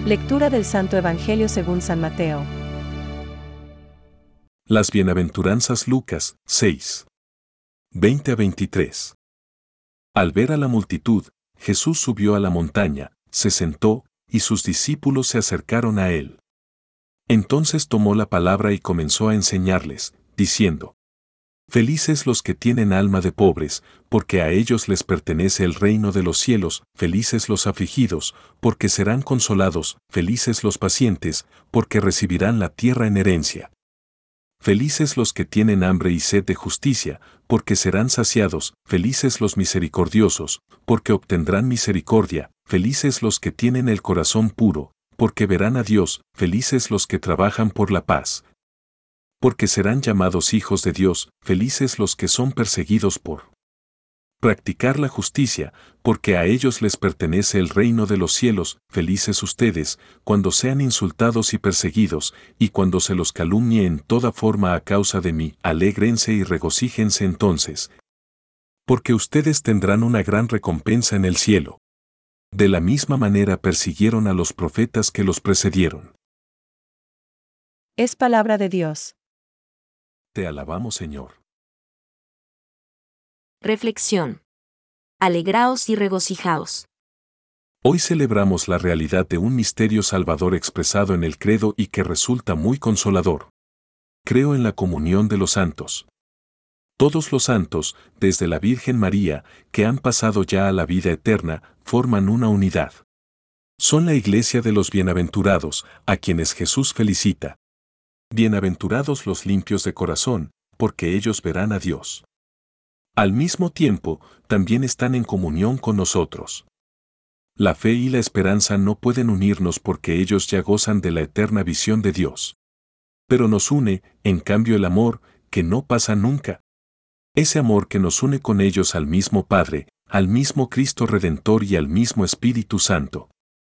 Lectura del Santo Evangelio según San Mateo. Las bienaventuranzas Lucas 6. 20 a 23. Al ver a la multitud, Jesús subió a la montaña, se sentó, y sus discípulos se acercaron a él. Entonces tomó la palabra y comenzó a enseñarles, diciendo: Felices los que tienen alma de pobres, porque a ellos les pertenece el reino de los cielos. Felices los afligidos, porque serán consolados. Felices los pacientes, porque recibirán la tierra en herencia. Felices los que tienen hambre y sed de justicia, porque serán saciados. Felices los misericordiosos, porque obtendrán misericordia. Felices los que tienen el corazón puro, porque verán a Dios. Felices los que trabajan por la paz, porque serán llamados hijos de Dios. Felices los que son perseguidos por practicar la justicia, porque a ellos les pertenece el reino de los cielos. Felices ustedes, cuando sean insultados y perseguidos, y cuando se los calumnie en toda forma a causa de mí. Alégrense y regocíjense entonces, porque ustedes tendrán una gran recompensa en el cielo. De la misma manera persiguieron a los profetas que los precedieron. Es palabra de Dios. Te alabamos, Señor. Reflexión. Alegraos y regocijaos. Hoy celebramos la realidad de un misterio salvador expresado en el credo y que resulta muy consolador. Creo en la comunión de los santos. Todos los santos, desde la Virgen María, que han pasado ya a la vida eterna, forman una unidad. Son la Iglesia de los bienaventurados, a quienes Jesús felicita. Bienaventurados los limpios de corazón, porque ellos verán a Dios. Al mismo tiempo, también están en comunión con nosotros. La fe y la esperanza no pueden unirnos porque ellos ya gozan de la eterna visión de Dios. Pero nos une, en cambio, el amor, que no pasa nunca. Ese amor que nos une con ellos al mismo Padre, al mismo Cristo Redentor y al mismo Espíritu Santo.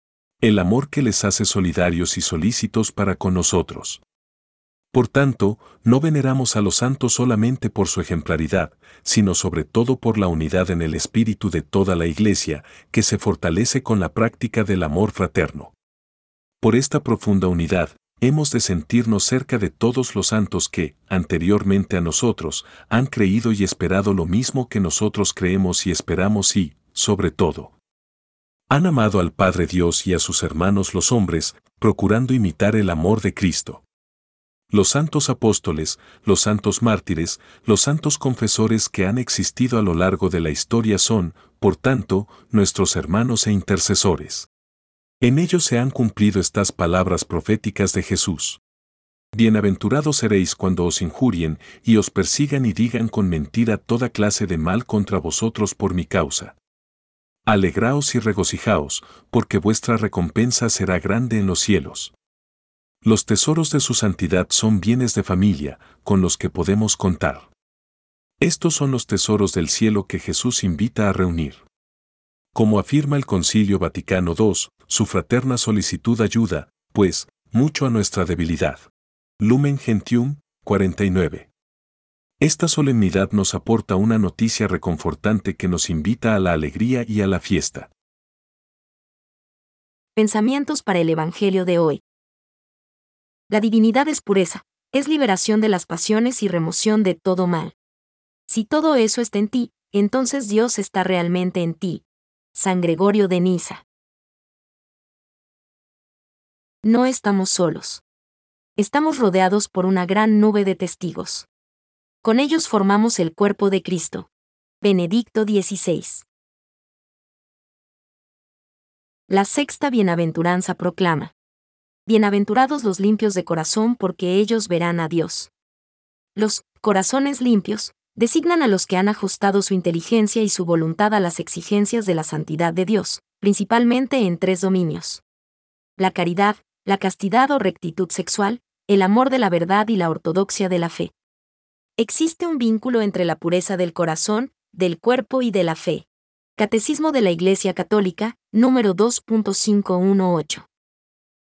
El amor que les hace solidarios y solícitos para con nosotros. Por tanto, no veneramos a los santos solamente por su ejemplaridad, sino sobre todo por la unidad en el espíritu de toda la Iglesia, que se fortalece con la práctica del amor fraterno. Por esta profunda unidad, hemos de sentirnos cerca de todos los santos que, anteriormente a nosotros, han creído y esperado lo mismo que nosotros creemos y esperamos y, sobre todo, han amado al Padre Dios y a sus hermanos los hombres, procurando imitar el amor de Cristo. Los santos apóstoles, los santos mártires, los santos confesores que han existido a lo largo de la historia son, por tanto, nuestros hermanos e intercesores. En ellos se han cumplido estas palabras proféticas de Jesús. Bienaventurados seréis cuando os injurien y os persigan y digan con mentira toda clase de mal contra vosotros por mi causa. Alegraos y regocijaos, porque vuestra recompensa será grande en los cielos. Los tesoros de su santidad son bienes de familia, con los que podemos contar. Estos son los tesoros del cielo que Jesús invita a reunir. Como afirma el Concilio Vaticano II, su fraterna solicitud ayuda, pues, mucho a nuestra debilidad. Lumen Gentium, 49. Esta solemnidad nos aporta una noticia reconfortante que nos invita a la alegría y a la fiesta. Pensamientos para el Evangelio de hoy. La divinidad es pureza, es liberación de las pasiones y remoción de todo mal. Si todo eso está en ti, entonces Dios está realmente en ti. San Gregorio de Niza. No estamos solos. Estamos rodeados por una gran nube de testigos. Con ellos formamos el cuerpo de Cristo. Benedicto XVI. La sexta bienaventuranza proclama: Bienaventurados los limpios de corazón, porque ellos verán a Dios. Los corazones limpios designan a los que han ajustado su inteligencia y su voluntad a las exigencias de la santidad de Dios, principalmente en tres dominios: la caridad, la castidad o rectitud sexual, el amor de la verdad y la ortodoxia de la fe. Existe un vínculo entre la pureza del corazón, del cuerpo y de la fe. Catecismo de la Iglesia Católica, número 2.518.